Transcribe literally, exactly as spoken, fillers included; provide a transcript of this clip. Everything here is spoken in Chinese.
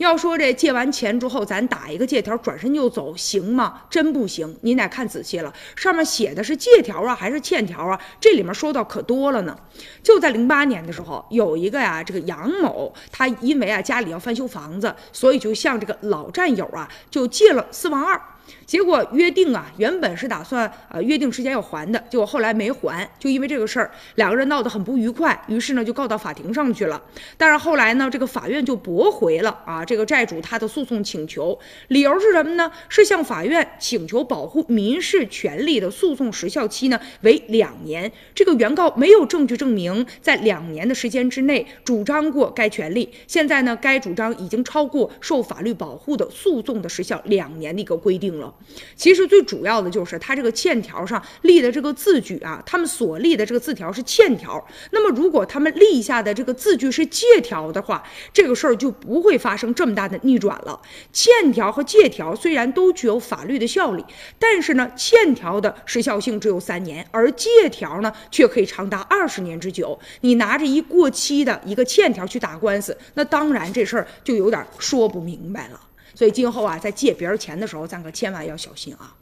要说这借完钱之后，咱打一个借条转身就走，行吗？真不行，您得看仔细了，上面写的是借条啊，还是欠条啊？这里面说到可多了呢。就在零八年的时候，有一个呀，这个杨某，他因为啊家里要翻修房子，所以就向这个老战友啊就借了四万二。结果约定啊，原本是打算呃约定时间要还的，结果后来没还，就因为这个事儿，两个人闹得很不愉快，于是呢就告到法庭上去了。但是后来呢，这个法院就驳回了啊这个债主他的诉讼请求，理由是什么呢？是向法院请求保护民事权利的诉讼时效期呢为两年，这个原告没有证据证明在两年的时间之内主张过该权利，现在呢该主张已经超过受法律保护的诉讼的时效两年的一个规定了。其实最主要的就是他这个欠条上立的这个字据啊，他们所立的这个字条是欠条，那么如果他们立下的这个字据是借条的话，这个事儿就不会发生这么大的逆转了。欠条和借条虽然都具有法律的效力，但是呢，欠条的时效性只有三年，而借条呢却可以长达二十年之久。你拿着一过期的一个欠条去打官司，那当然这事儿就有点说不明白了。所以今后啊，在借别人钱的时候，咱可千万要小心啊。